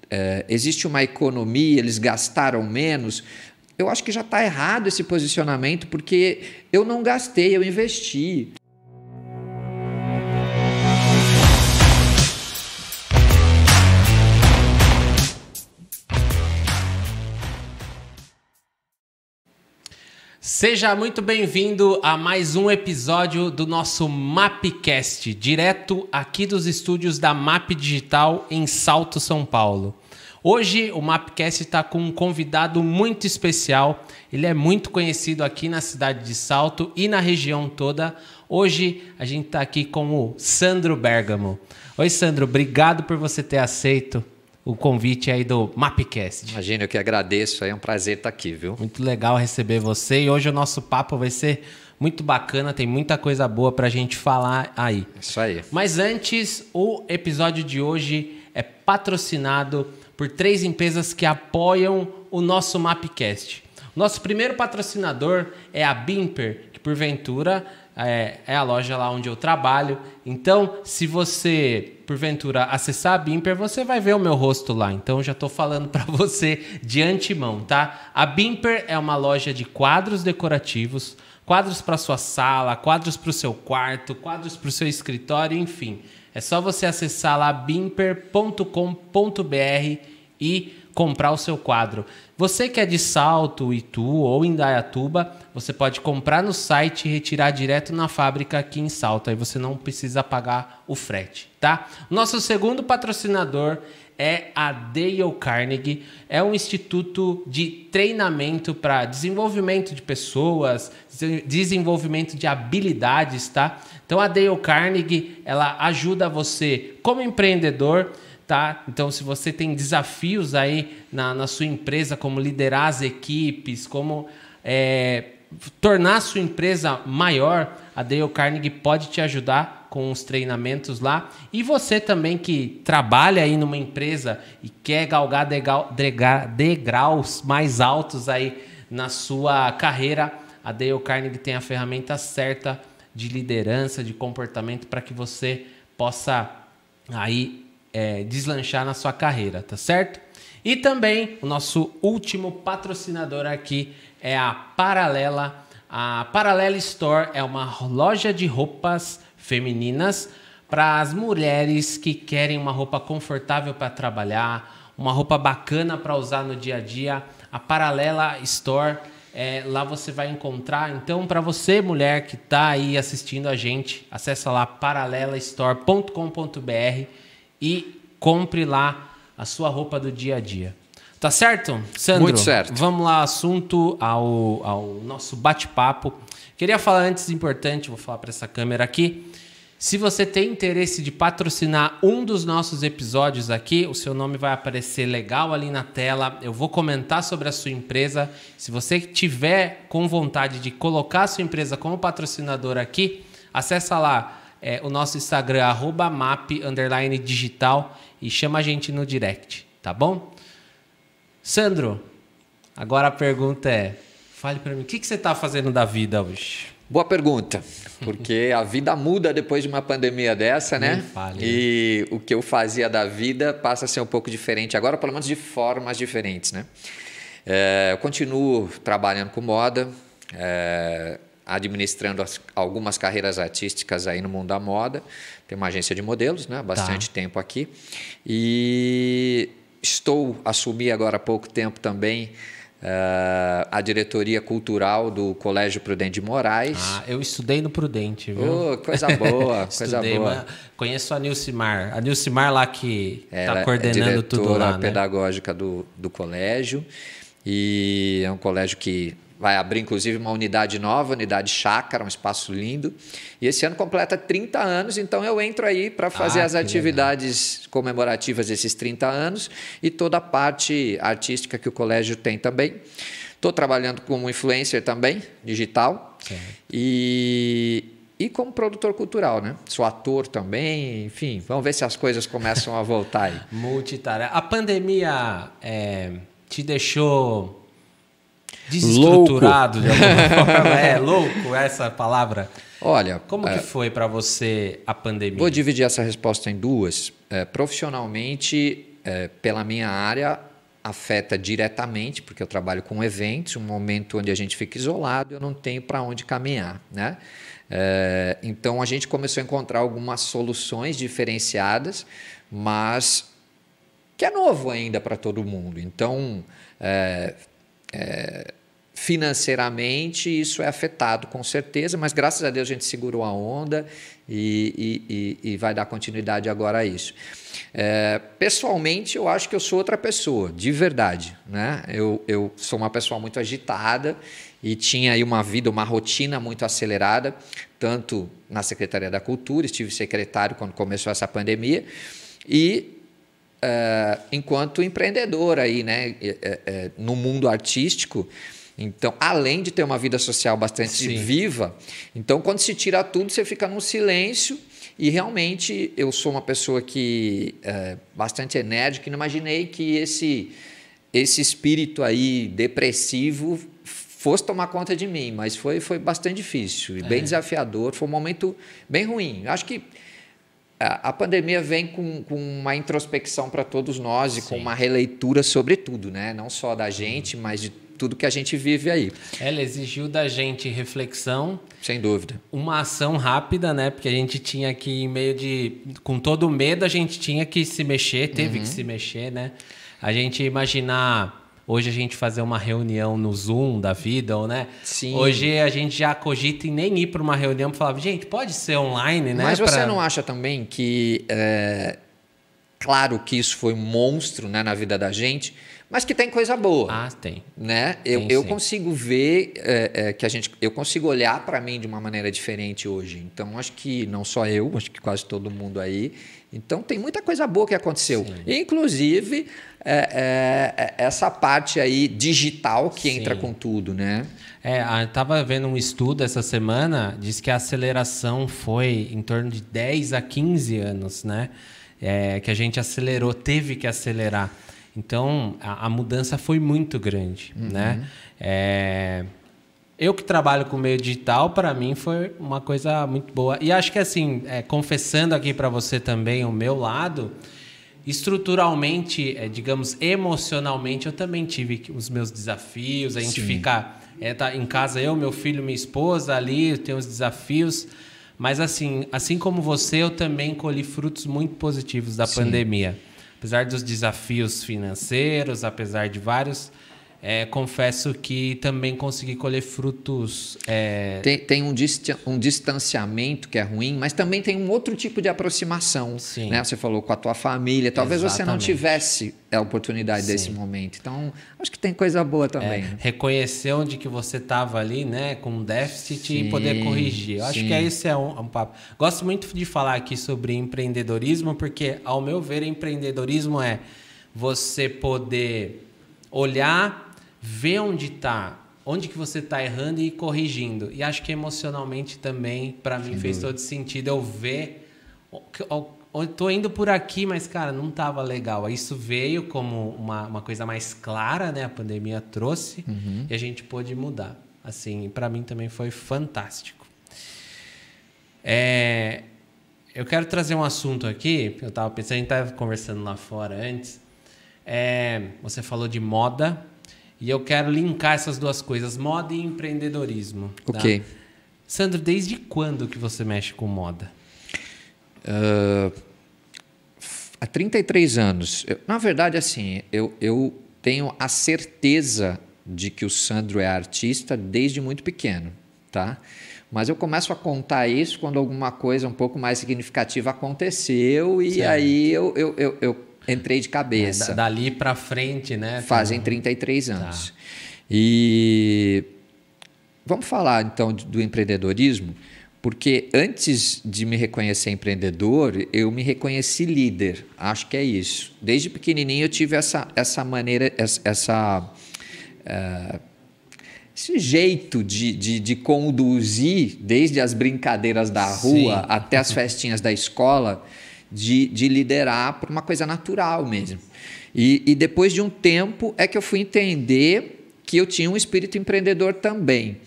existe uma economia, eles gastaram menos. Eu acho que já está errado esse posicionamento, porque eu não gastei, eu investi. Seja muito bem-vindo a mais um episódio do nosso Mapcast, direto aqui dos estúdios da Map Digital em Salto, São Paulo. Hoje o Mapcast está com um convidado muito especial. Ele é muito conhecido aqui na cidade de Salto e na região toda. Hoje a gente está aqui com o Sandro Bergamo. Oi, Sandro, obrigado por você ter aceito o convite aí do Mapcast. Imagina, eu que agradeço, é um prazer estar aqui, viu? Muito legal receber você e hoje o nosso papo vai ser muito bacana, tem muita coisa boa pra gente falar aí. Isso aí. Mas antes, o episódio de hoje é patrocinado por 3 empresas que apoiam o nosso Mapcast. Nosso primeiro patrocinador é a Bimper, que porventura é a loja lá onde eu trabalho. Então, se você, porventura, acessar a Bimper, você vai ver o meu rosto lá. Então, já estou falando para você de antemão, tá? A Bimper é uma loja de quadros decorativos, quadros para sua sala, quadros para o seu quarto, quadros para o seu escritório, enfim. É só você acessar lá bimper.com.br e comprar o seu quadro. Você que é de Salto, Itu ou Indaiatuba, você pode comprar no site e retirar direto na fábrica aqui em Salto. Aí você não precisa pagar o frete, tá? Nosso segundo patrocinador é a Dale Carnegie. É um instituto de treinamento para desenvolvimento de pessoas, desenvolvimento de habilidades, tá? Então a Dale Carnegie, ela ajuda você como empreendedor, tá? Então, se você tem desafios aí na sua empresa, como liderar as equipes, como tornar a sua empresa maior, a Dale Carnegie pode te ajudar com os treinamentos lá. E você também que trabalha aí numa empresa e quer galgar degraus mais altos aí na sua carreira, a Dale Carnegie tem a ferramenta certa de liderança, de comportamento para que você possa aí deslanchar na sua carreira, tá certo? E também o nosso último patrocinador aqui é a Paralela. A Paralela Store é uma loja de roupas femininas para as mulheres que querem uma roupa confortável para trabalhar, uma roupa bacana para usar no dia a dia. A Paralela Store, lá você vai encontrar. Então, para você, mulher que está aí assistindo a gente, acessa lá paralelastore.com.br e compre lá a sua roupa do dia a dia. Tá certo, Sandro? Muito certo. Vamos lá, assunto ao nosso bate-papo. Queria falar antes, importante, vou falar para essa câmera aqui. Se você tem interesse de patrocinar um dos nossos episódios aqui, o seu nome vai aparecer legal ali na tela. Eu vou comentar sobre a sua empresa. Se você tiver com vontade de colocar a sua empresa como patrocinador aqui, acessa lá o nosso Instagram, @map_digital, e chama a gente no direct, tá bom? Sandro, agora a pergunta fale para mim, o que você está fazendo da vida hoje? Boa pergunta, porque a vida muda depois de uma pandemia dessa, né? Fale, e o que eu fazia da vida passa a ser um pouco diferente agora, pelo menos de formas diferentes, né? Eu continuo trabalhando com moda, administrando algumas carreiras artísticas aí no mundo da moda. Tem uma agência de modelos, né? Há bastante tempo aqui. E assumi agora há pouco tempo também a diretoria cultural do Colégio Prudente de Moraes. Eu estudei no Prudente, viu? Oh, coisa boa, coisa boa. Conheço a Nilcimar. A Nilcimar lá que está coordenando tudo lá, diretora pedagógica do colégio. E é um colégio que vai abrir, inclusive, uma unidade nova, unidade chácara, um espaço lindo. E esse ano completa 30 anos, então eu entro aí para fazer as atividades comemorativas desses 30 anos e toda a parte artística que o colégio tem também. Estou trabalhando como influencer também, digital, e como produtor cultural, né? Sou ator também, enfim, vamos ver se as coisas começam a voltar aí. Multitarefa. A pandemia te deixou desestruturado de alguma forma? Louco essa palavra. Olha, como que foi para você a pandemia? Vou dividir essa resposta em duas. Profissionalmente, pela minha área, afeta diretamente, porque eu trabalho com eventos, um momento onde a gente fica isolado, eu não tenho para onde caminhar, né? Então, a gente começou a encontrar algumas soluções diferenciadas, mas que é novo ainda para todo mundo. Então, financeiramente, isso é afetado com certeza, mas graças a Deus a gente segurou a onda e vai dar continuidade agora a isso. Pessoalmente, eu acho que eu sou outra pessoa, de verdade, né? Eu sou uma pessoa muito agitada e tinha aí uma vida, uma rotina muito acelerada, tanto na Secretaria da Cultura, estive secretário quando começou essa pandemia, e enquanto empreendedor aí, né, no mundo artístico. Então, além de ter uma vida social bastante viva, então quando se tira tudo, você fica num silêncio. E realmente eu sou uma pessoa que bastante enérgica, e não imaginei que esse espírito aí depressivo fosse tomar conta de mim, mas foi bastante difícil e bem desafiador, foi um momento bem ruim. Eu acho que a pandemia vem com uma introspecção para todos nós e com uma releitura sobre tudo, né? Não só da gente, mas de tudo que a gente vive aí. Ela exigiu da gente reflexão. Sem dúvida. Uma ação rápida, né? Porque a gente tinha que, em meio de... Com todo medo, a gente tinha que se mexer, teve que se mexer, né? A gente imaginar... Hoje a gente fazer uma reunião no Zoom da vida, ou, né? Sim. Hoje a gente já cogita em nem ir para uma reunião para falar, gente, pode ser online, né? Mas você não acha também que... claro que isso foi um monstro, né, na vida da gente, mas que tem coisa boa. Ah, tem. Né? Eu consigo ver eu consigo olhar para mim de uma maneira diferente hoje. Então, acho que não só eu, acho que quase todo mundo aí. Então, tem muita coisa boa que aconteceu. Sim. Inclusive, essa parte aí digital que entra com tudo, né? Eu estava vendo um estudo essa semana, diz que a aceleração foi em torno de 10 a 15 anos, né? Que a gente acelerou, teve que acelerar. Então, a mudança foi muito grande, né? Eu que trabalho com meio digital, para mim foi uma coisa muito boa. E acho que assim, confessando aqui para você também o meu lado, estruturalmente, digamos, emocionalmente, eu também tive os meus desafios. A gente fica tá em casa, eu, meu filho, minha esposa ali, tem os desafios. Mas assim como você, eu também colhi frutos muito positivos da pandemia. Apesar dos desafios financeiros, apesar de vários, confesso que também consegui colher frutos. Tem um distanciamento que é ruim, mas também tem um outro tipo de aproximação. Né? Você falou com a tua família, talvez você não tivesse a oportunidade desse momento. Então, acho que tem coisa boa também. Né? Reconhecer onde que você estava ali, né, com um déficit e poder corrigir. Eu acho que esse é um papo. Gosto muito de falar aqui sobre empreendedorismo, porque, ao meu ver, empreendedorismo é você poder olhar, ver onde que você está errando e ir corrigindo. E acho que emocionalmente também, para mim, fez todo sentido eu ver... Eu estou indo por aqui, mas, cara, não estava legal. Isso veio como uma coisa mais clara, né? A pandemia trouxe e a gente pôde mudar. Assim, para mim também foi fantástico. Eu quero trazer um assunto aqui. Eu estava pensando, a gente estava conversando lá fora antes. Você falou de moda e eu quero linkar essas duas coisas, moda e empreendedorismo. Ok. Tá? Sandro, desde quando que você mexe com moda? Há 33 anos. Na verdade, assim, eu tenho a certeza de que o Sandro é artista desde muito pequeno, tá? Mas eu começo a contar isso quando alguma coisa um pouco mais significativa aconteceu e aí eu entrei de cabeça. Dali para frente, né? Fazem 33 anos. Tá. E vamos falar, então, do empreendedorismo, porque antes de me reconhecer empreendedor, eu me reconheci líder. Acho que é isso. Desde pequenininho eu tive essa maneira, esse jeito de conduzir, desde as brincadeiras da rua até as festinhas da escola, de liderar por uma coisa natural mesmo. E depois de um tempo é que eu fui entender que eu tinha um espírito empreendedor também.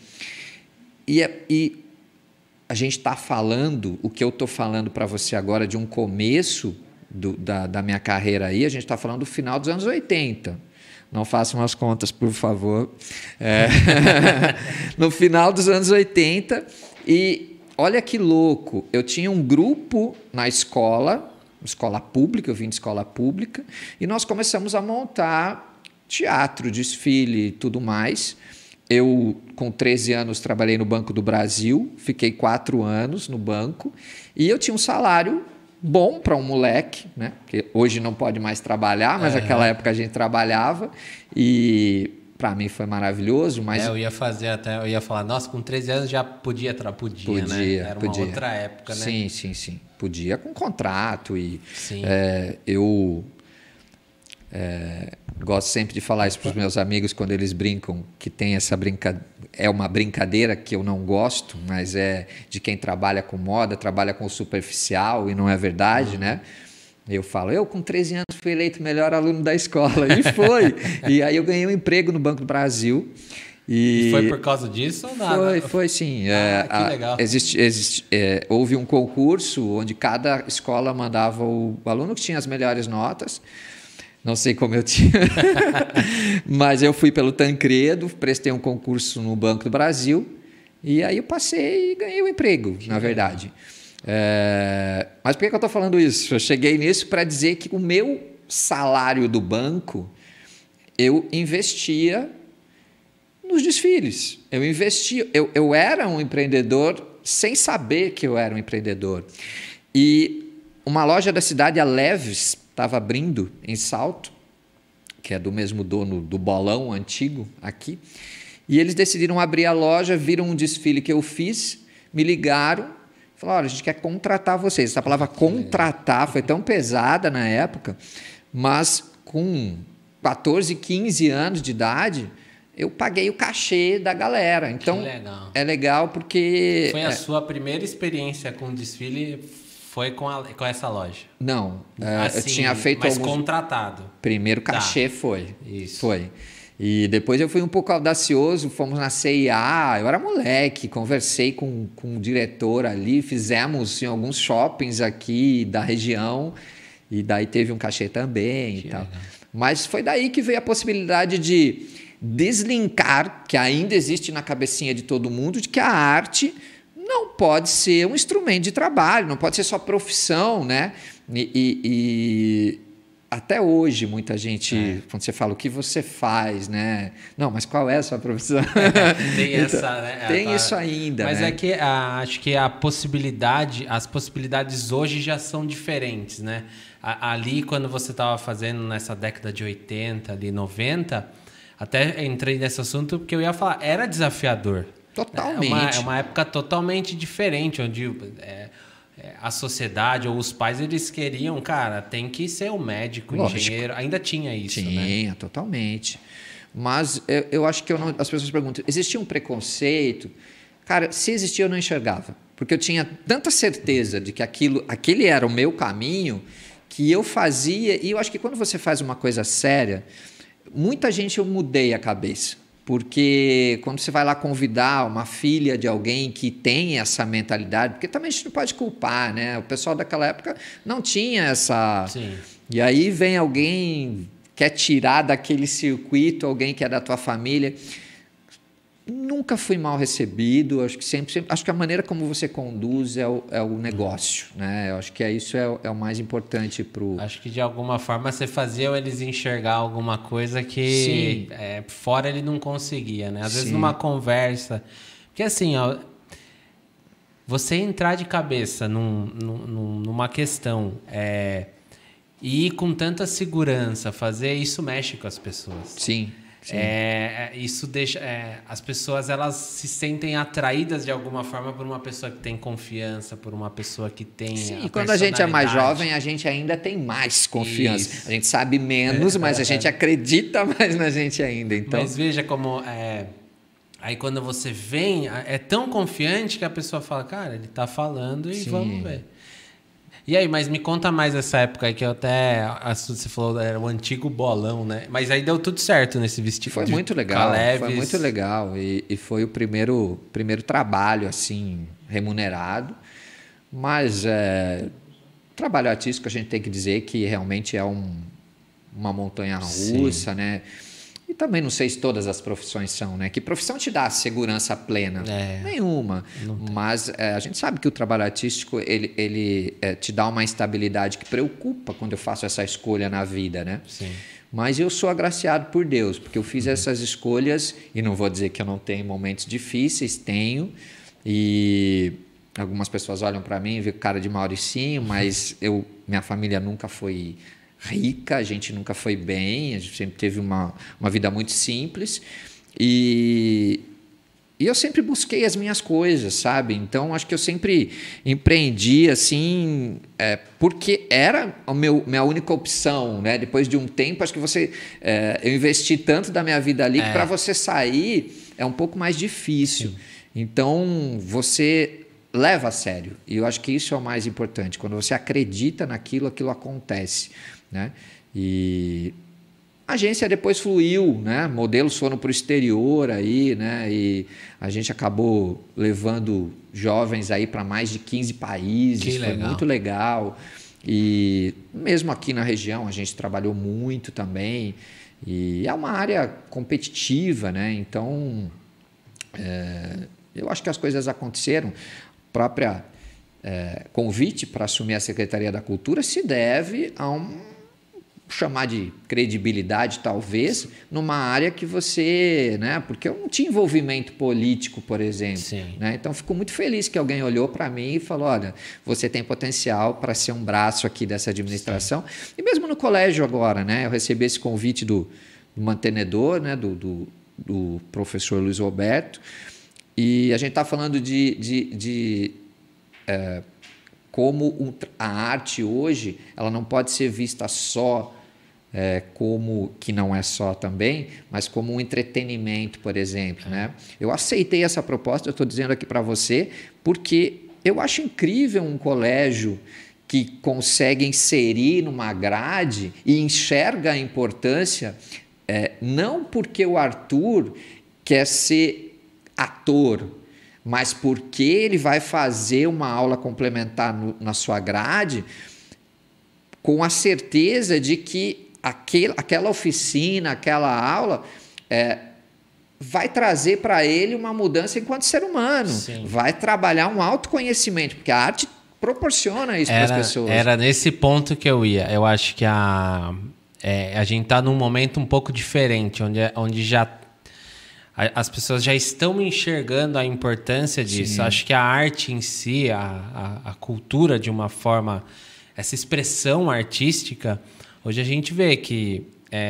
E a gente está falando, o que eu estou falando para você agora, de um começo da minha carreira aí, a gente está falando do final dos anos 80. Não façam as contas, por favor. No final dos anos 80. E olha que louco, eu tinha um grupo na escola pública, eu vim de escola pública, e nós começamos a montar teatro, desfile e tudo mais. Eu, com 13 anos, trabalhei no Banco do Brasil, fiquei 4 anos no banco, e eu tinha um salário bom para um moleque, né? Porque hoje não pode mais trabalhar, mas naquela época a gente trabalhava, e para mim foi maravilhoso. Mas eu ia falar, nossa, com 13 anos já podia, né? Era uma outra época, né? Sim. Podia com contrato. E sim. Eu gosto sempre de falar isso para os meus amigos quando eles brincam, que tem essa brincadeira. É uma brincadeira que eu não gosto, mas é de quem trabalha com moda, trabalha com o superficial, e não é verdade, né? Eu falo, eu com 13 anos fui eleito melhor aluno da escola. E foi. E aí eu ganhei um emprego no Banco do Brasil. E foi por causa disso ou nada? Foi sim. Que legal. Houve um concurso onde cada escola mandava o aluno que tinha as melhores notas. Não sei como eu tinha, mas eu fui pelo Tancredo, prestei um concurso no Banco do Brasil, e aí eu passei e ganhei o emprego, na verdade. Mas por que eu estou falando isso? Eu cheguei nisso para dizer que o meu salário do banco, eu investia nos desfiles. Eu era um empreendedor sem saber que eu era um empreendedor. E uma loja da cidade, a Leves, estava abrindo em Salto, que é do mesmo dono do Bolão antigo aqui, e eles decidiram abrir a loja, viram um desfile que eu fiz, me ligaram, falaram, olha, a gente quer contratar vocês. Essa palavra contratar foi tão pesada na época, mas com 14, 15 anos de idade, eu paguei o cachê da galera. Então, é legal porque... Foi a sua primeira experiência com desfile... Foi com essa loja? Não. Assim, eu tinha feito mas contratado. Primeiro cachê foi. Isso. Foi. E depois eu fui um pouco audacioso, fomos na CIA, eu era moleque, conversei com o diretor ali, fizemos em alguns shoppings aqui da região, e daí teve um cachê também e tal. Mas foi daí que veio a possibilidade de deslinkar, que ainda existe na cabecinha de todo mundo, de que a arte... não pode ser um instrumento de trabalho, não pode ser só profissão, né? E até hoje muita gente, quando você fala o que você faz, né? Não, mas qual é a sua profissão? Tem essa, né? Tem isso ainda, mas né? É que acho que as possibilidades hoje já são diferentes, né? Ali, quando você estava fazendo nessa década de 80, ali 90, até entrei nesse assunto porque eu ia falar, era desafiador. Totalmente. É uma época totalmente diferente, onde a sociedade ou os pais, eles queriam, cara, tem que ser um médico, engenheiro. Ainda tinha isso, né? Tinha, totalmente. Mas eu acho que as pessoas perguntam, existia um preconceito? Cara, se existia, eu não enxergava. Porque eu tinha tanta certeza de que aquele era o meu caminho, que eu fazia. E eu acho que quando você faz uma coisa séria, muita gente eu mudei a cabeça. Porque quando você vai lá convidar uma filha de alguém que tem essa mentalidade, porque também a gente não pode culpar, né? O pessoal daquela época não tinha essa... Sim. E aí vem alguém, quer tirar daquele circuito, alguém que é da tua família. Nunca fui mal recebido, acho que a maneira como você conduz é o negócio, né? Eu acho que isso é o mais importante pro... Acho que de alguma forma você fazia eles enxergar alguma coisa que fora ele não conseguia, né? Às vezes numa conversa... Porque assim, ó, você entrar de cabeça numa questão e ir com tanta segurança, fazer isso mexe com as pessoas. Sim. Isso deixa as pessoas, elas se sentem atraídas de alguma forma por uma pessoa que tem confiança, por uma pessoa que tem e quando a gente é mais jovem, a gente ainda tem mais confiança. Isso. A gente sabe menos, mas a gente acredita mais na gente ainda. Então... Mas veja como aí quando você vem, é tão confiante que a pessoa fala, cara, ele tá falando e vamos ver. E aí, mas me conta mais essa época aí, que eu até... Você falou, era o antigo Bolão, né? Mas aí deu tudo certo nesse vestido. Foi muito legal, foi muito legal. E foi o primeiro trabalho, assim, remunerado. Mas trabalho artístico, a gente tem que dizer que realmente é uma montanha-russa, né? E também não sei se todas as profissões são, né? Que profissão te dá segurança plena? Nenhuma. Mas a gente sabe que o trabalho artístico, ele te dá uma estabilidade que preocupa quando eu faço essa escolha na vida, né? Sim. Mas eu sou agraciado por Deus, porque eu fiz essas escolhas, e não vou dizer que eu não tenho momentos difíceis, tenho, e algumas pessoas olham para mim e veem cara de Mauricinho, mas minha família nunca foi rica, a gente nunca foi bem, a gente sempre teve uma vida muito simples, e eu sempre busquei as minhas coisas, sabe? Então, acho que eu sempre empreendi, assim, porque era minha única opção, né? Depois de um tempo, acho que eu investi tanto da minha vida ali que para você sair é um pouco mais difícil. Sim. Então, você leva a sério. E eu acho que isso é o mais importante. Quando você acredita naquilo, aquilo acontece, né? E a agência depois fluiu, né? Modelos foram para o exterior aí, né? E a gente acabou levando jovens aí para mais de 15 países. Foi muito legal. E mesmo aqui na região a gente trabalhou muito também. E é uma área competitiva, né? Então eu acho que as coisas aconteceram. Própria convite para assumir a Secretaria da Cultura se deve a chamar de credibilidade, talvez, numa área que você... né? Porque eu não tinha envolvimento político, por exemplo. Né? Então, fico muito feliz que alguém olhou para mim e falou, olha, você tem potencial para ser um braço aqui dessa administração. Sim. E mesmo no colégio agora, né? Eu recebi esse convite do mantenedor, né? do professor Luiz Roberto, e a gente está falando de como a arte hoje ela não pode ser vista só como, que não é só também, mas como um entretenimento, por exemplo. Né? Eu aceitei essa proposta, eu estou dizendo aqui para você, porque eu acho incrível um colégio que consegue inserir numa grade e enxerga a importância, não porque o Arthur quer ser ator, mas porque ele vai fazer uma aula complementar na sua grade com a certeza de que aquela oficina, aquela aula vai trazer para ele uma mudança enquanto ser humano. Sim. Vai trabalhar um autoconhecimento, porque a arte proporciona isso para as pessoas. Era nesse ponto que eu ia. Eu acho que a gente está num momento um pouco diferente, onde as pessoas já estão enxergando a importância disso. Sim. Acho que a arte em si, a cultura de uma forma, essa expressão artística, hoje a gente vê que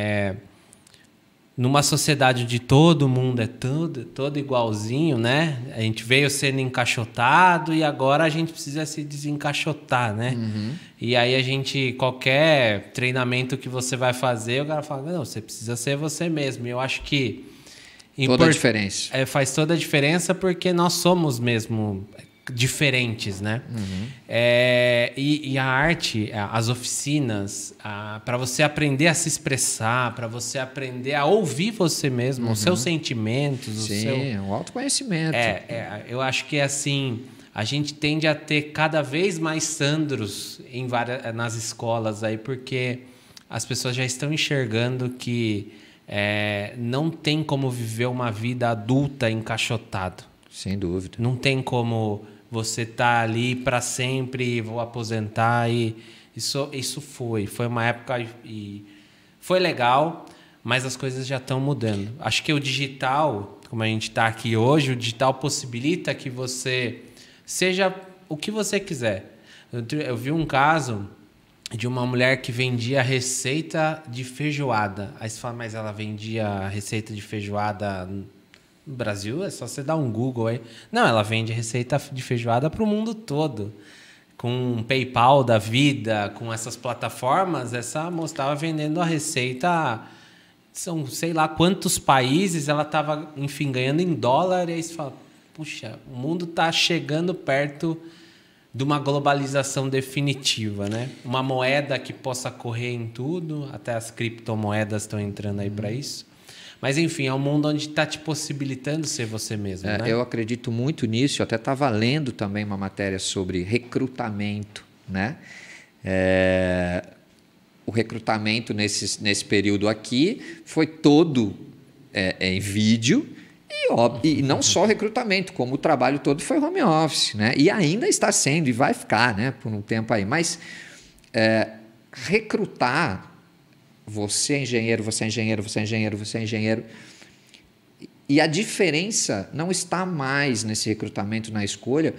numa sociedade onde todo mundo é todo igualzinho, né? A gente veio sendo encaixotado e agora a gente precisa se desencaixotar, né? Uhum. E aí qualquer treinamento que você vai fazer, o cara fala, não, você precisa ser você mesmo. E eu acho que toda a diferença. Faz toda a diferença porque nós somos mesmo diferentes, né? Uhum. E a arte, as oficinas, para você aprender a se expressar, para você aprender a ouvir você mesmo, os seus sentimentos, o autoconhecimento. Eu acho que assim, a gente tende a ter cada vez mais Sandros nas escolas aí, porque as pessoas já estão enxergando que não tem como viver uma vida adulta encaixotado. Sem dúvida. Não tem como você estar ali para sempre, vou aposentar. E isso foi uma época e foi legal, mas as coisas já estão mudando. Acho que o digital, como a gente está aqui hoje, o digital possibilita que você seja o que você quiser. Eu vi um caso de uma mulher que vendia receita de feijoada. Aí você fala, mas ela vendia receita de feijoada no Brasil? É só você dar um Google aí. Não, ela vende receita de feijoada para o mundo todo. Com o PayPal da vida, com essas plataformas, essa moça estava vendendo a receita... São sei lá quantos países, ela estava, enfim, ganhando em dólar. E aí você fala, puxa, o mundo está chegando perto de uma globalização definitiva, né? Uma moeda que possa correr em tudo, até as criptomoedas estão entrando aí para isso. Mas, enfim, é um mundo onde está te possibilitando ser você mesmo, né? Eu acredito muito nisso. Eu até estava lendo também uma matéria sobre recrutamento, né? O recrutamento nesse período aqui foi todo em vídeo e não só o recrutamento, como o trabalho todo foi home office, né? E ainda está sendo e vai ficar, né, por um tempo aí. Mas recrutar, você é engenheiro, você é engenheiro, você é engenheiro, você é engenheiro, e a diferença não está mais nesse recrutamento, na escolha,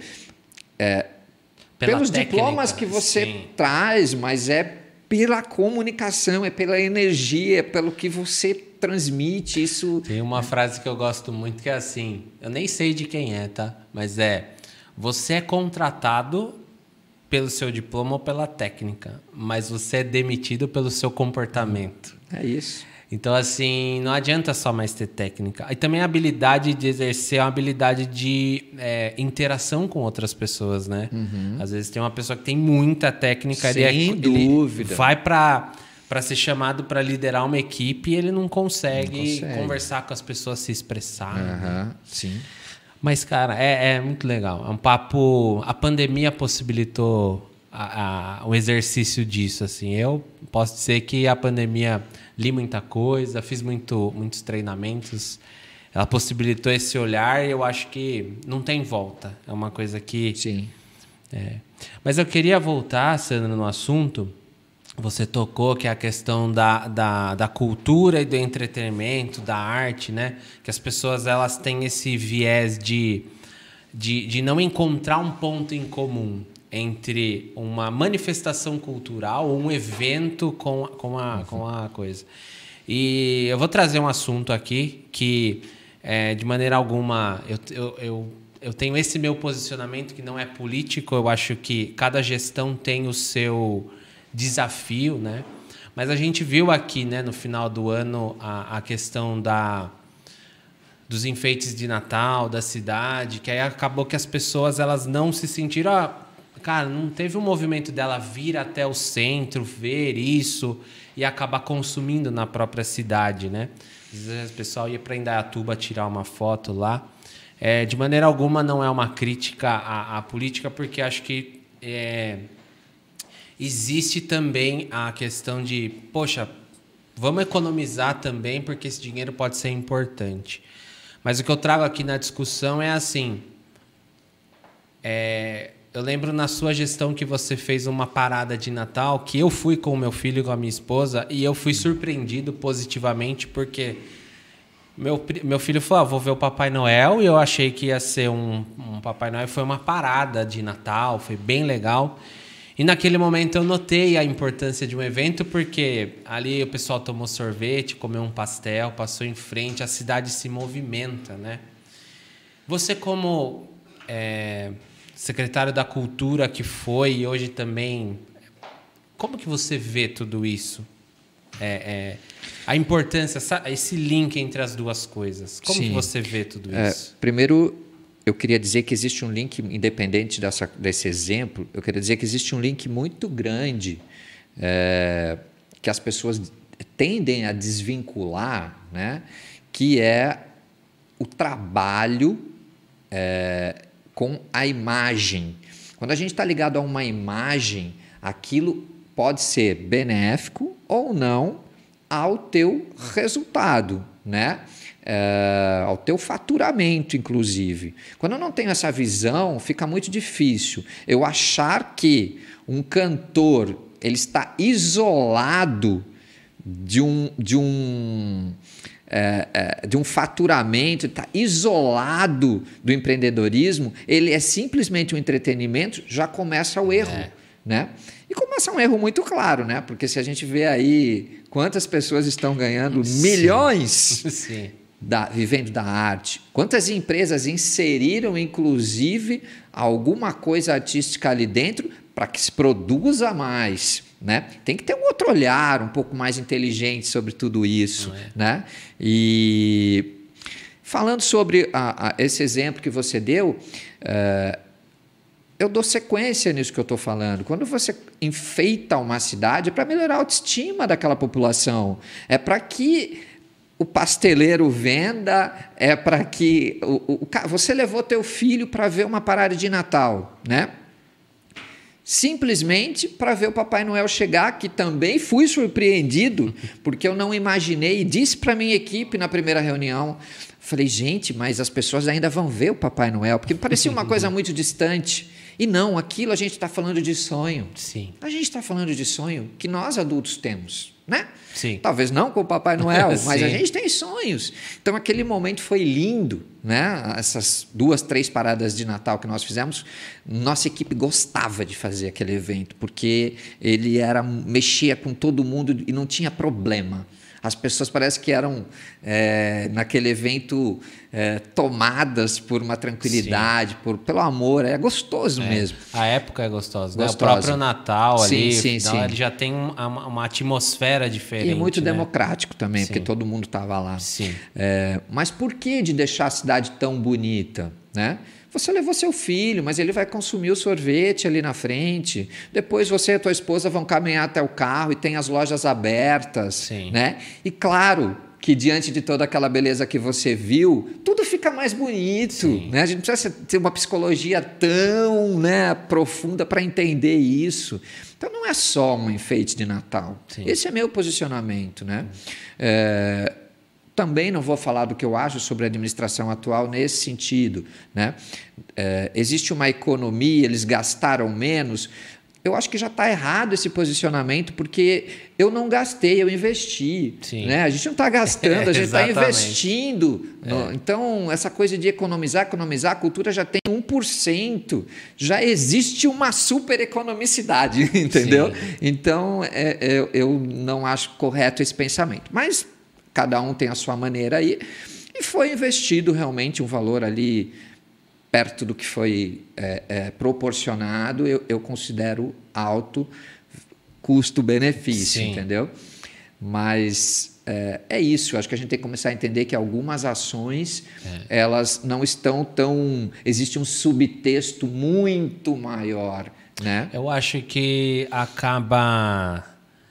pelos técnica, diplomas que você traz, mas pela comunicação, pela energia, pelo que você transmite. Isso. Tem uma frase que eu gosto muito que é assim, eu nem sei de quem é, tá? Mas você é contratado pelo seu diploma ou pela técnica, mas você é demitido pelo seu comportamento. É isso. Então, assim, não adianta só mais ter técnica. E também a habilidade de exercer é uma habilidade de interação com outras pessoas, né? Uhum. Às vezes tem uma pessoa que tem muita técnica. Sem dúvida. Ele vai para ser chamado para liderar uma equipe e ele não consegue conversar com as pessoas, se expressar. Uhum. Sim. Mas, cara, é muito legal. É um papo... A pandemia possibilitou o exercício disso, assim. Eu posso dizer que a pandemia... Li muita coisa, fiz muitos treinamentos. Ela possibilitou esse olhar e eu acho que não tem volta. É uma coisa que... Sim. Mas eu queria voltar, Sandro, no assunto. Você tocou que é a questão da cultura e do entretenimento, da arte, né? Que as pessoas elas têm esse viés de não encontrar um ponto em comum entre uma manifestação cultural ou um evento com a coisa. E eu vou trazer um assunto aqui que, de maneira alguma, eu tenho esse meu posicionamento que não é político. Eu acho que cada gestão tem o seu desafio, né? Mas a gente viu aqui, né, no final do ano a questão dos enfeites de Natal, da cidade, que aí acabou que as pessoas elas não se sentiram... Cara, não teve um movimento dela vir até o centro, ver isso e acabar consumindo na própria cidade, né? Às vezes o pessoal ia para Indaiatuba tirar uma foto lá. De maneira alguma não é uma crítica à política, porque acho que existe também a questão de, poxa, vamos economizar também, porque esse dinheiro pode ser importante. Mas o que eu trago aqui na discussão é assim... Eu lembro na sua gestão que você fez uma parada de Natal, que eu fui com o meu filho e com a minha esposa, e eu fui surpreendido positivamente, porque meu filho falou, vou ver o Papai Noel, e eu achei que ia ser um Papai Noel, foi uma parada de Natal, foi bem legal. E naquele momento eu notei a importância de um evento, porque ali o pessoal tomou sorvete, comeu um pastel, passou em frente, a cidade se movimenta, né? Você como... secretário da Cultura que foi e hoje também, como que você vê tudo isso? A importância, esse link entre as duas coisas. Como que você vê tudo isso? Primeiro, eu queria dizer que existe um link, independente desse exemplo, eu queria dizer que existe um link muito grande que as pessoas tendem a desvincular, né? Que é o trabalho... com a imagem. Quando a gente está ligado a uma imagem, aquilo pode ser benéfico ou não ao teu resultado, né? Ao teu faturamento, inclusive. Quando eu não tenho essa visão, fica muito difícil. Eu achar que um cantor ele está isolado de um faturamento, está isolado do empreendedorismo, ele é simplesmente um entretenimento, já começa o erro. Né? E começa um erro muito claro, né? Porque se a gente vê aí quantas pessoas estão ganhando milhões vivendo da arte, quantas empresas inseriram, inclusive, alguma coisa artística ali dentro para que se produza mais. Né? Tem que ter um outro olhar um pouco mais inteligente sobre tudo isso. Né? E falando sobre esse exemplo que você deu, eu dou sequência nisso que eu estou falando. Quando você enfeita uma cidade, é para melhorar a autoestima daquela população, é para que o pasteleiro venda, é para que você levou teu filho para ver uma parada de Natal, né? simplesmente para ver o Papai Noel chegar, que também fui surpreendido, porque eu não imaginei, e disse para a minha equipe na primeira reunião, falei, gente, mas as pessoas ainda vão ver o Papai Noel, porque parecia uma coisa muito distante. E não, aquilo a gente está falando de sonho. Sim. A gente está falando de sonho que nós adultos temos, né? Sim. Talvez não com o Papai Noel, mas Sim. a gente tem sonhos. Então aquele momento foi lindo, né? Essas 2, 3 paradas de Natal que nós fizemos, nossa equipe gostava de fazer aquele evento, porque ele mexia com todo mundo e não tinha problema. As pessoas parece que eram, naquele evento, tomadas por uma tranquilidade, pelo amor. É gostoso mesmo. A época é gostosa, né? O Gostosa. próprio Natal ali, Sim. ele já tem uma atmosfera diferente. E muito né? democrático também, Sim. porque todo mundo estava lá. Sim. Mas por que de deixar a cidade tão bonita, né? Você levou seu filho, mas ele vai consumir o sorvete ali na frente. Depois você e a tua esposa vão caminhar até o carro e tem as lojas abertas. Sim. Né? E claro que diante de toda aquela beleza que você viu, tudo fica mais bonito. Né? A gente não precisa ter uma psicologia tão, né, profunda para entender isso. Então não é só um enfeite de Natal. Sim. Esse é meu posicionamento. Né? Também não vou falar do que eu acho sobre a administração atual nesse sentido. Né? Existe uma economia, eles gastaram menos. Eu acho que já está errado esse posicionamento, porque eu não gastei, eu investi. Né? A gente não está gastando, a gente está investindo. Então, essa coisa de economizar, a cultura já tem 1%. Já existe uma super economicidade, entendeu? Sim. Então, eu não acho correto esse pensamento. Mas cada um tem a sua maneira aí. E foi investido realmente um valor ali perto do que foi proporcionado, eu considero alto custo-benefício, entendeu? Mas é isso, eu acho que a gente tem que começar a entender que algumas ações, elas não estão tão... Existe um subtexto muito maior, né? Eu acho que acaba...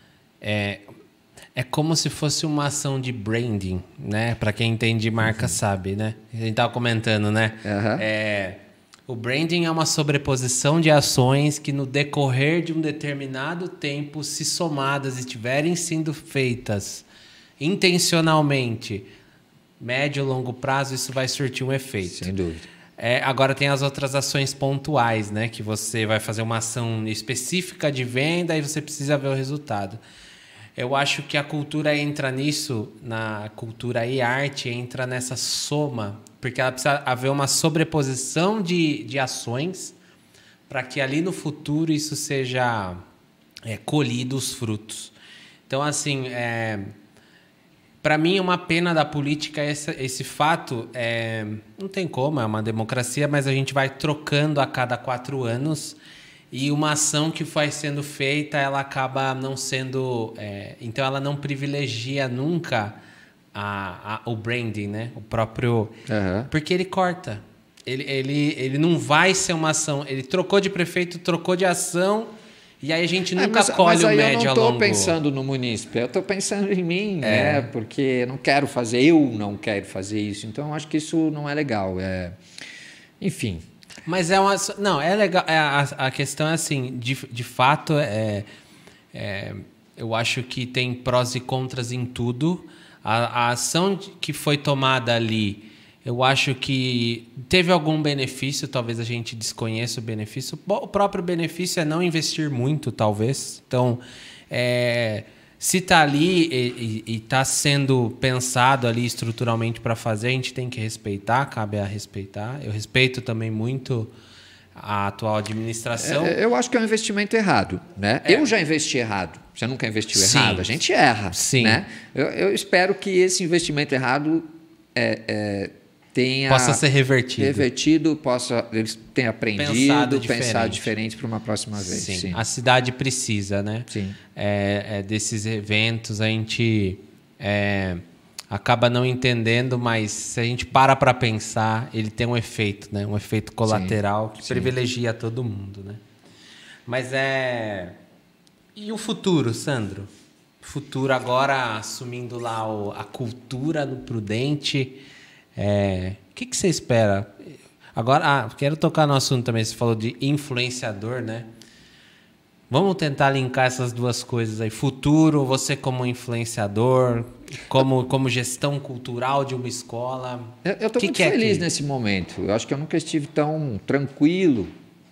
É como se fosse uma ação de branding, né? Para quem entende marca sabe, né? A gente estava comentando, né? O branding é uma sobreposição de ações que no decorrer de um determinado tempo, se somadas e estiverem sendo feitas intencionalmente, médio e longo prazo, isso vai surtir um efeito. Sem dúvida. Agora tem as outras ações pontuais, né? Que você vai fazer uma ação específica de venda e você precisa ver o resultado. Eu acho que a cultura entra nisso, na cultura e arte entra nessa soma, porque ela precisa haver uma sobreposição de ações para que ali no futuro isso seja colhido os frutos. Então, assim, para mim uma pena da política esse fato, não tem como, é uma democracia, mas a gente vai trocando a cada 4 anos. E uma ação que foi sendo feita, ela acaba não sendo... então, ela não privilegia nunca o branding, né? O próprio... Porque ele corta. Ele não vai ser uma ação. Ele trocou de prefeito, trocou de ação, e aí a gente nunca colhe o médio a longo. Mas eu não estou pensando no munícipe, eu estou pensando em mim, né? Porque eu não quero fazer isso. Então, eu acho que isso não é legal. Enfim... Mas não, é legal. A questão é assim, de fato, eu acho que tem prós e contras em tudo. A ação que foi tomada ali, eu acho que teve algum benefício, talvez a gente desconheça o benefício. O próprio benefício é não investir muito, talvez. Então, se está ali e está sendo pensado ali estruturalmente para fazer, a gente tem que respeitar, cabe a respeitar. Eu respeito também muito a atual administração. Eu acho que é um investimento errado, né? Eu já investi errado. Você nunca investiu errado. A gente erra. Sim. Né? Eu espero que esse investimento errado possa ser revertido. Eles tenham aprendido, pensado diferente para uma próxima vez. Sim. A cidade precisa, né? Sim. Desses eventos, a gente acaba não entendendo, mas se a gente para pensar, ele tem um efeito, né? Um efeito colateral que privilegia todo mundo, né? Mas E o futuro, Sandro? O futuro agora assumindo lá a cultura no Prudente... O que você espera? Agora, quero tocar no assunto também. Você falou de influenciador, né? Vamos tentar linkar essas duas coisas aí. Futuro, você como influenciador, como gestão cultural de uma escola. Eu estou muito feliz nesse momento. Eu acho que eu nunca estive tão tranquilo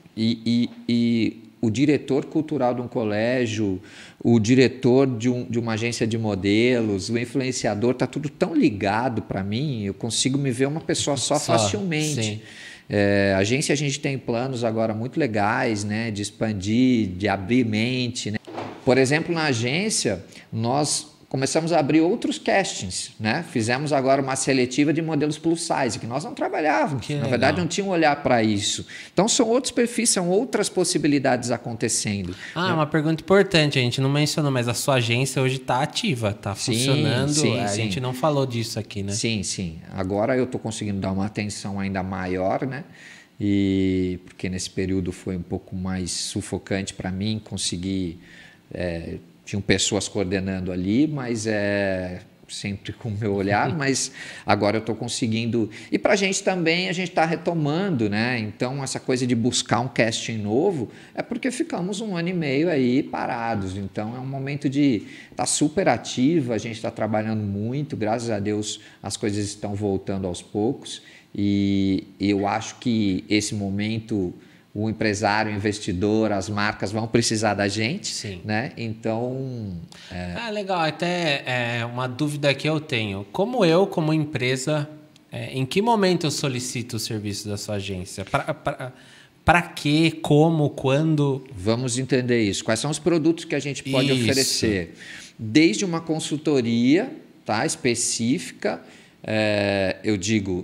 e o diretor cultural de um colégio, o diretor de uma agência de modelos, o influenciador, está tudo tão ligado para mim, eu consigo me ver uma pessoa só facilmente. Sim. A agência, a gente tem planos agora muito legais, né, de expandir, de abrir mente, né? Por exemplo, na agência, nós começamos a abrir outros castings, né? Fizemos agora uma seletiva de modelos plus size, que nós não trabalhávamos. Na verdade, não tinha um olhar para isso. Então, são outros perfis, são outras possibilidades acontecendo. Uma pergunta importante, a gente não mencionou, mas a sua agência hoje está ativa, está funcionando. Sim. Gente não falou disso aqui, né? Sim. Agora eu estou conseguindo dar uma atenção ainda maior, né? Porque nesse período foi um pouco mais sufocante para mim conseguir... tinham pessoas coordenando ali, mas sempre com o meu olhar, mas agora eu estou conseguindo... E para a gente também, a gente está retomando, né? Então, essa coisa de buscar um casting novo é porque ficamos 1 ano e meio aí parados. Então, é um momento de estar super ativo, a gente está trabalhando muito, graças a Deus as coisas estão voltando aos poucos e eu acho que esse momento... O empresário, o investidor, as marcas vão precisar da gente, sim, né? Então... legal. Até uma dúvida que eu tenho. Como empresa, em que momento eu solicito o serviço da sua agência? Para quê? Como? Quando? Vamos entender isso. Quais são os produtos que a gente pode oferecer? Desde uma consultoria, tá, específica, eu digo,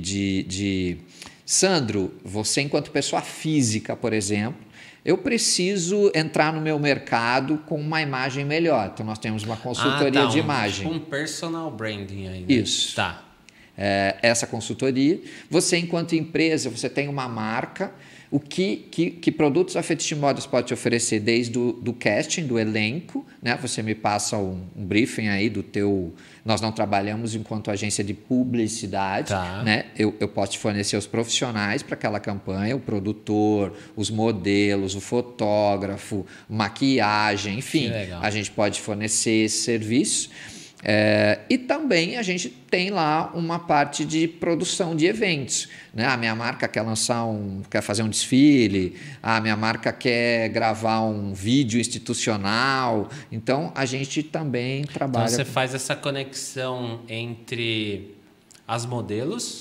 Sandro, você enquanto pessoa física, por exemplo, eu preciso entrar no meu mercado com uma imagem melhor. Então, nós temos uma consultoria de imagem. Tipo um personal branding aí, né? Isso. Tá. Essa consultoria. Você, enquanto empresa, você tem uma marca. O que produtos a Fetiche Modas pode te oferecer desde do casting, do elenco, né? Você me passa um briefing aí do teu... Nós não trabalhamos enquanto agência de publicidade, tá, né? Eu posso te fornecer os profissionais para aquela campanha, o produtor, os modelos, o fotógrafo, maquiagem, enfim. A gente pode fornecer esse serviço. E também a gente tem lá uma parte de produção de eventos, né? A minha marca quer fazer um desfile, a minha marca quer gravar um vídeo institucional, então a gente também trabalha... Então você faz essa conexão entre as modelos,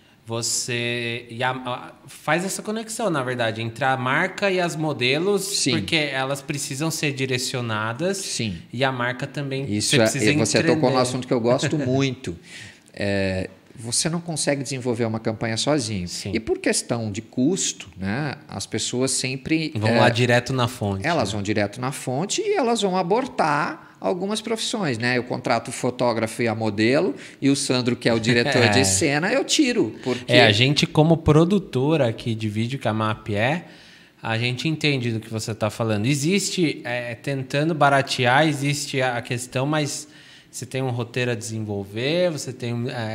faz essa conexão, na verdade, entre a marca e as modelos, sim, porque elas precisam ser direcionadas, sim, e a marca também você tocou no assunto que eu gosto muito. Você não consegue desenvolver uma campanha sozinho. Sim. E por questão de custo, né, as pessoas sempre... Vão lá direto na fonte. Elas vão direto na fonte e elas vão abortar algumas profissões, né? Eu contrato o fotógrafo e a modelo e o Sandro, que é o diretor de cena, eu tiro. Porque... a gente como produtora aqui de vídeo, que a MAP a gente entende do que você está falando. Existe, tentando baratear, existe a questão, mas você tem um roteiro a desenvolver, você tem...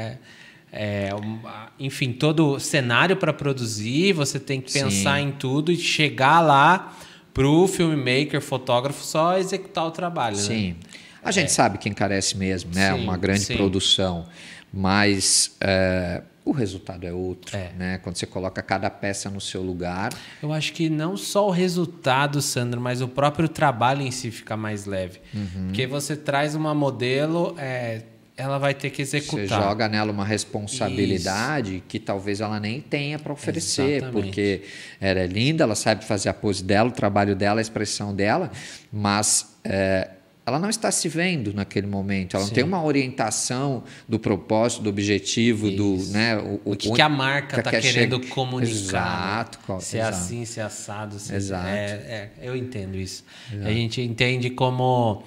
enfim, todo o cenário para produzir, você tem que pensar em tudo e chegar lá para o filmmaker, fotógrafo, só executar o trabalho. Sim. Né? A gente sabe que encarece mesmo, né? Uma grande produção, mas o resultado é outro, né? Quando você coloca cada peça no seu lugar. Eu acho que não só o resultado, Sandro, mas o próprio trabalho em si fica mais leve. Porque você traz uma modelo... ela vai ter que executar. Você joga nela uma responsabilidade que talvez ela nem tenha para oferecer. Exatamente. Porque ela é linda, ela sabe fazer a pose dela, o trabalho dela, a expressão dela, mas ela não está se vendo naquele momento. Ela não tem uma orientação do propósito, do objetivo, né, o que a marca está querendo comunicar. Exato. Né? Se é assim, se é assado. Exato. Eu entendo isso. Exato. A gente entende como...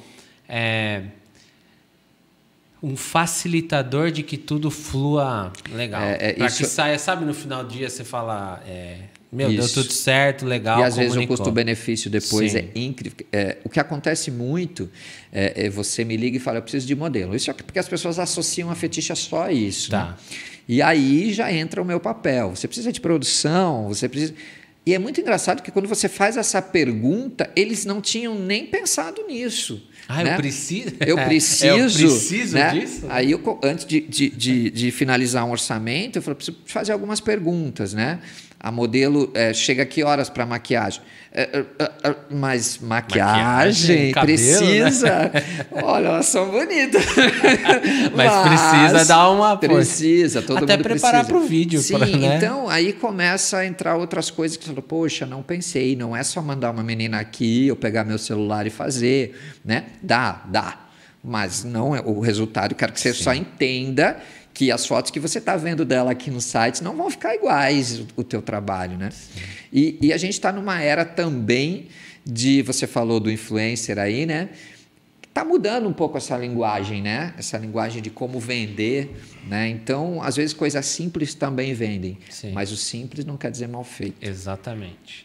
um facilitador de que tudo flua legal. Para que saia, sabe, no final do dia você fala, deu tudo certo, legal, e às vezes o custo-benefício depois é incrível. O que acontece muito você me liga e fala, eu preciso de modelo. Isso é porque as pessoas associam a fetiche a só isso. Tá. Né? E aí já entra o meu papel. Você precisa de produção, você precisa... E é muito engraçado que quando você faz essa pergunta, eles não tinham nem pensado nisso. Né? Eu preciso? Eu preciso né? Disso? Aí, antes de finalizar um orçamento, eu falei, preciso fazer algumas perguntas, né? A modelo chega que horas para maquiagem? Mas maquiagem cabelo, precisa. Né? Olha, elas são bonitas. Mas precisa dar uma... Precisa, todo até mundo preparar para o vídeo. Sim, né? Então aí começa a entrar outras coisas que você fala, poxa, não pensei. Não é só mandar uma menina aqui, eu pegar meu celular e fazer. Né? Dá. Mas não é o resultado. Eu quero que você só entenda que as fotos que você está vendo dela aqui no site não vão ficar iguais o teu trabalho, né? E a gente está numa era também você falou do influencer aí, né? Está mudando um pouco essa linguagem, né? Essa linguagem de como vender, né? Então, às vezes, coisas simples também vendem, mas o simples não quer dizer mal feito. Exatamente.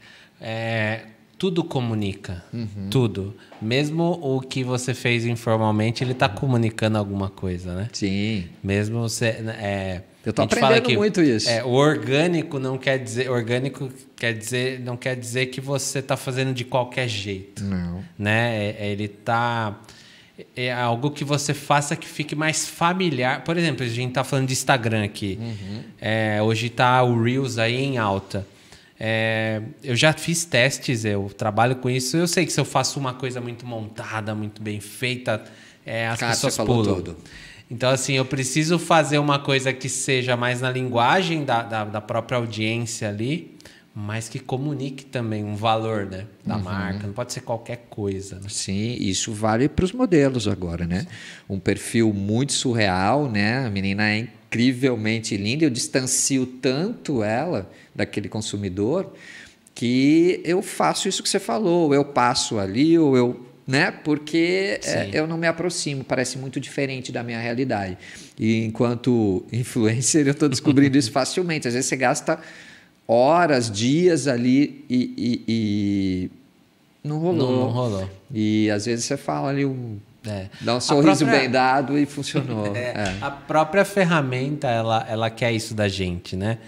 Tudo comunica, tudo. Mesmo o que você fez informalmente, ele está comunicando alguma coisa, né? Sim. Mesmo você... eu estou aprendendo muito isso. O orgânico não quer dizer... Orgânico não quer dizer que você está fazendo de qualquer jeito. Não. Né? Ele está... É algo que você faça que fique mais familiar. Por exemplo, a gente está falando de Instagram aqui. Hoje está o Reels aí em alta. Eu já fiz testes, eu trabalho com isso. Eu sei que se eu faço uma coisa muito montada, muito bem feita, as pessoas pulam. Tudo. Então, assim, eu preciso fazer uma coisa que seja mais na linguagem da própria audiência ali, mas que comunique também um valor, né, da marca. Não pode ser qualquer coisa. Né? Sim, isso vale para os modelos agora, né? Um perfil muito surreal, né? A menina é incrivelmente linda. Eu distancio tanto ela daquele consumidor que eu faço isso que você falou. Eu passo ali ou eu... né? Porque eu não me aproximo, parece muito diferente da minha realidade. E enquanto influencer, eu estou descobrindo isso facilmente. Às vezes você gasta horas, dias ali e não rolou. Não rolou. E às vezes você fala ali dá um sorriso bem dado e funcionou. A própria ferramenta, ela quer isso da gente, né?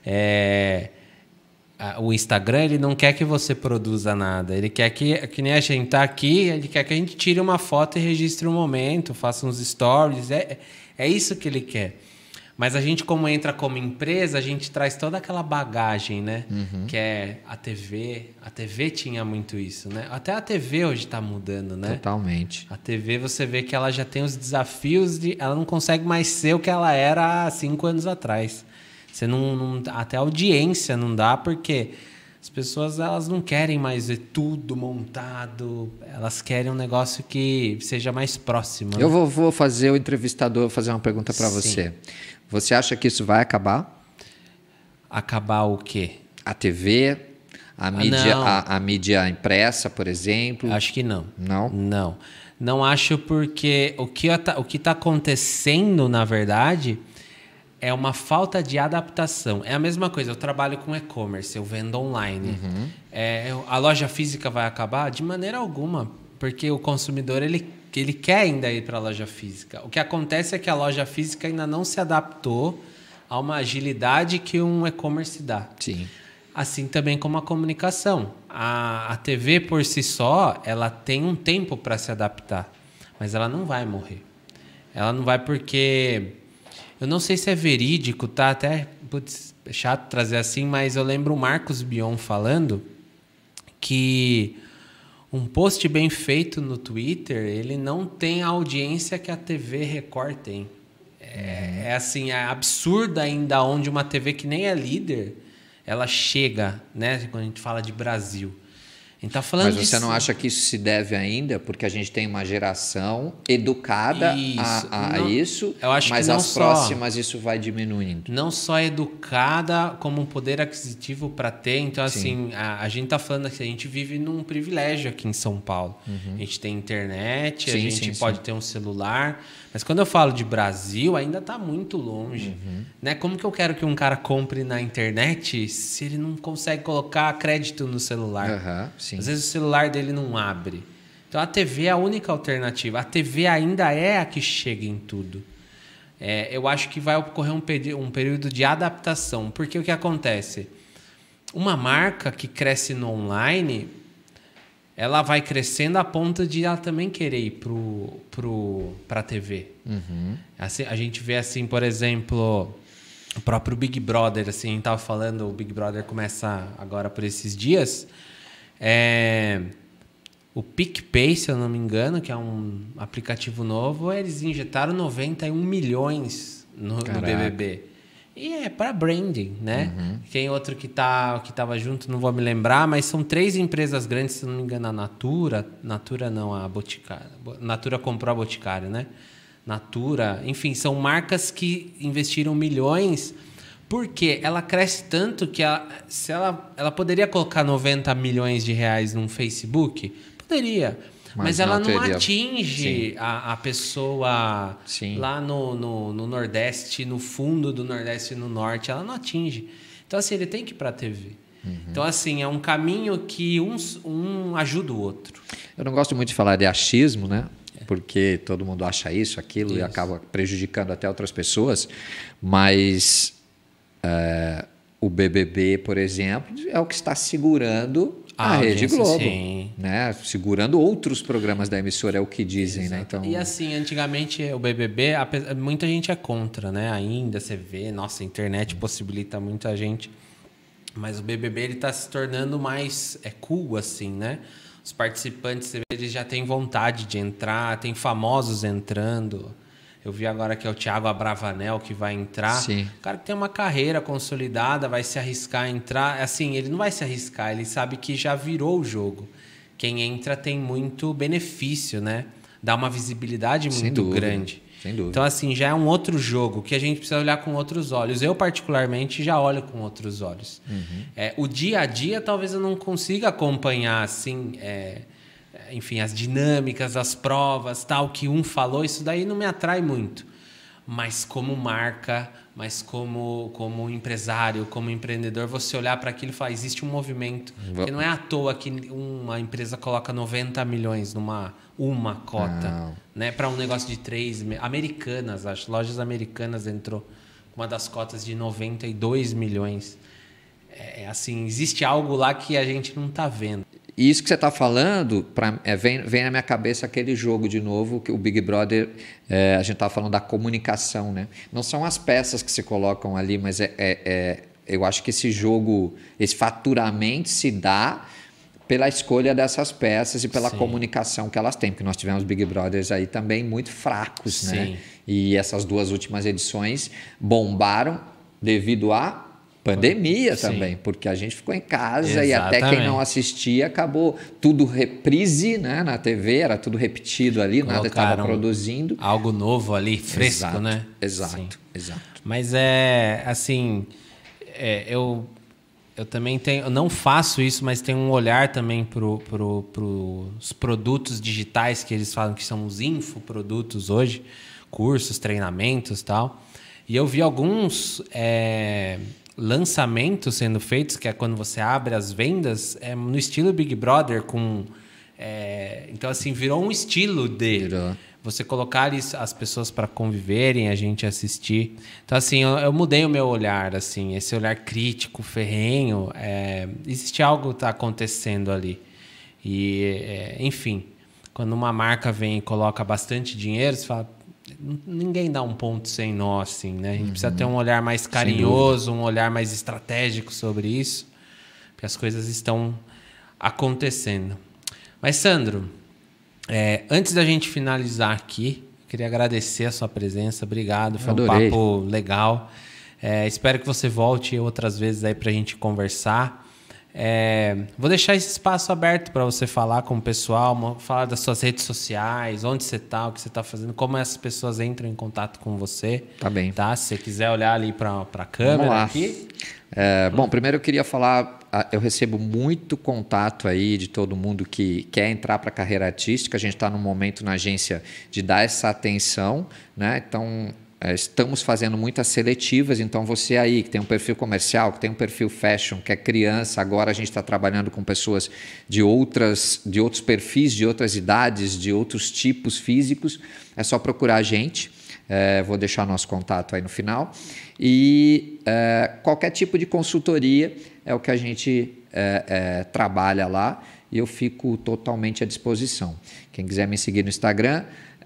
O Instagram, ele não quer que você produza nada. Ele quer que nem a gente tá aqui, ele quer que a gente tire uma foto e registre um momento, faça uns stories. É isso que ele quer. Mas a gente, como entra como empresa, a gente traz toda aquela bagagem, né? Que é a TV. A TV tinha muito isso, né? Até a TV hoje está mudando, né? Totalmente. A TV, você vê que ela já tem os desafios ela não consegue mais ser o que ela era há 5 anos atrás. Você até a audiência não dá, porque as pessoas elas não querem mais ver tudo montado. Elas querem um negócio que seja mais próximo. Eu vou fazer o entrevistador fazer uma pergunta para você. Você acha que isso vai acabar? Acabar o quê? A TV, a mídia impressa, por exemplo? Acho que não. Não? Não acho, porque o que está acontecendo, na verdade, é uma falta de adaptação. É a mesma coisa, eu trabalho com e-commerce, eu vendo online. A loja física vai acabar? De maneira alguma, porque o consumidor ele quer ainda ir para a loja física. O que acontece é que a loja física ainda não se adaptou a uma agilidade que um e-commerce dá. Sim. Assim também como a comunicação. A TV por si só, ela tem um tempo para se adaptar, mas ela não vai morrer. Ela não vai porque... Eu não sei se é verídico, tá? Até é chato trazer assim, mas eu lembro o Marcos Bion falando que um post bem feito no Twitter, ele não tem a audiência que a TV Record tem. Assim, é absurdo ainda onde uma TV que nem é líder, ela chega, né? Quando a gente fala de Brasil. A gente tá falando Mas você não acha que isso se deve ainda? Porque a gente tem uma geração educada a isso, eu acho mas que não as próximas isso vai diminuindo. Não só educada, como um poder aquisitivo para ter. Então, assim, a gente tá falando que a gente vive num privilégio aqui em São Paulo. A gente tem internet, a gente pode ter um celular. Mas quando eu falo de Brasil, ainda está muito longe. Né? Como que eu quero que um cara compre na internet se ele não consegue colocar crédito no celular? Às vezes o celular dele não abre. Então a TV é a única alternativa. A TV ainda é a que chega em tudo. Eu acho que vai ocorrer um período de adaptação. Porque o que acontece? uma marca que cresce no online, ela vai crescendo a ponto de ela também querer ir para a TV. Assim, a gente vê assim, por exemplo, o próprio Big Brother, assim, a gente estava falando, o Big Brother começa agora por esses dias. O PicPay, se eu não me engano, que é um aplicativo novo, eles injetaram 91 milhões no BBB. E é para branding, né? Tem outro que tava junto, não vou me lembrar, mas são 3 empresas grandes, se não me engano, a Natura não, a Boticário. Natura comprou a Boticário, né? Natura, enfim, são marcas que investiram milhões, porque ela cresce tanto que ela poderia colocar 90 milhões de reais num Facebook? Poderia. Mas ela não atinge a pessoa lá no Nordeste, no fundo do Nordeste e no Norte. Ela não atinge. Então, assim, ele tem que ir para a TV. Então, assim, é um caminho que um ajuda o outro. Eu não gosto muito de falar de achismo, né? Porque todo mundo acha isso, aquilo, e acaba prejudicando até outras pessoas. Mas o BBB, por exemplo, é o que está segurando a Rede Globo, né? Segurando outros programas da emissora, é o que dizem, né? Então... E assim, antigamente o BBB, muita gente é contra, né? Ainda você vê, nossa, a internet possibilita muita gente, mas o BBB ele está se tornando mais cool, assim, né? Os participantes, você vê, eles já têm vontade de entrar, tem famosos entrando. Eu vi agora que é o Thiago Abravanel que vai entrar. Sim. O cara que tem uma carreira consolidada, vai se arriscar a entrar. Assim, ele não vai se arriscar, ele sabe que já virou o jogo. Quem entra tem muito benefício, né? Dá uma visibilidade muito grande. Sem dúvida. Então, assim, já é um outro jogo que a gente precisa olhar com outros olhos. Eu, particularmente, já olho com outros olhos. O dia a dia, talvez eu não consiga acompanhar, assim... enfim, as dinâmicas, as provas, tal, que um falou, isso daí não me atrai muito. Mas como marca, mas como empresário, como empreendedor, você olhar para aquilo e falar, existe um movimento. Porque não é à toa que uma empresa coloca 90 milhões numa cota, né? Para um negócio de 3... Americanas, as lojas americanas entrou uma das cotas de 92 milhões. Assim, existe algo lá que a gente não está vendo. E isso que você está falando, vem na minha cabeça aquele jogo de novo, que o Big Brother, a gente estava falando da comunicação, né? Não são as peças que se colocam ali, mas eu acho que esse jogo, esse faturamento se dá pela escolha dessas peças e pela comunicação que elas têm, porque nós tivemos Big Brothers aí também muito fracos, né? E essas 2 últimas edições bombaram devido a pandemia também, porque a gente ficou em casa e até quem não assistia acabou tudo reprise, né, na TV, era tudo repetido ali, nada estava produzindo. Algo novo ali, fresco, né? Exato. Mas assim, eu também tenho, eu não faço isso, mas tenho um olhar também para os produtos digitais que eles falam que são os infoprodutos hoje, cursos, treinamentos e tal. E eu vi alguns... lançamentos sendo feitos, que é quando você abre as vendas, no estilo Big Brother, então assim, virou um estilo de você colocar as pessoas para conviverem, a gente assistir. Então assim, eu mudei o meu olhar, assim, esse olhar crítico, ferrenho, existe algo que está acontecendo ali. E, enfim, quando uma marca vem e coloca bastante dinheiro, você fala... Ninguém dá um ponto sem nó, assim, né? A gente precisa ter um olhar mais carinhoso, um olhar mais estratégico sobre isso, porque as coisas estão acontecendo. Mas, Sandro, antes da gente finalizar aqui, queria agradecer a sua presença. Obrigado, foi um papo legal. Espero que você volte outras vezes aí para a gente conversar. Vou deixar esse espaço aberto para você falar com o pessoal, falar das suas redes sociais, onde você está, o que você está fazendo, como essas pessoas entram em contato com você. Tá bem. Tá? Se você quiser olhar ali para a câmera aqui. Bom, primeiro eu queria falar, eu recebo muito contato aí de todo mundo que quer entrar para a carreira artística. A gente está num momento na agência de dar essa atenção, né? Então... estamos fazendo muitas seletivas, então você aí que tem um perfil comercial, que tem um perfil fashion, que é criança, agora a gente está trabalhando com pessoas de outros perfis, de outras idades, de outros tipos físicos, é só procurar a gente. Vou deixar nosso contato aí no final. E qualquer tipo de consultoria é o que a gente trabalha lá e eu fico totalmente à disposição. Quem quiser me seguir no Instagram,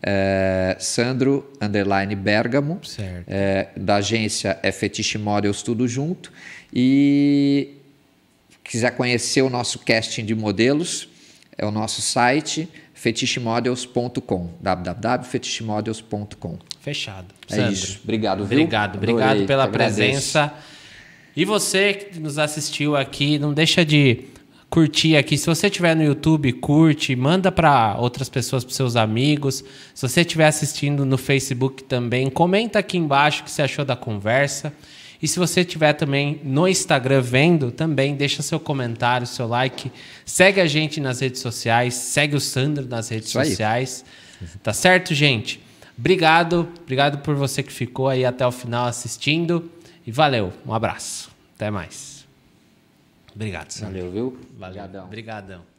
Sandro_Bergamo, da agência Fetiche Models, tudo junto. E quiser conhecer o nosso casting de modelos, é o nosso site fetichemodels.com, www.fetichemodels.com. Fechado. Sandro, isso. Obrigado, viu? Obrigado pela presença. E você que nos assistiu aqui, não deixa de curtir aqui. Se você estiver no YouTube, curte, manda para outras pessoas, para seus amigos. Se você estiver assistindo no Facebook também, comenta aqui embaixo o que você achou da conversa. E se você estiver também no Instagram vendo, também deixa seu comentário, seu like. Segue a gente nas redes sociais, segue o Sandro nas redes sociais. Tá certo, gente? Obrigado por você que ficou aí até o final assistindo. E valeu, um abraço. Até mais. Obrigado, Sandro. Valeu, viu? Obrigadão.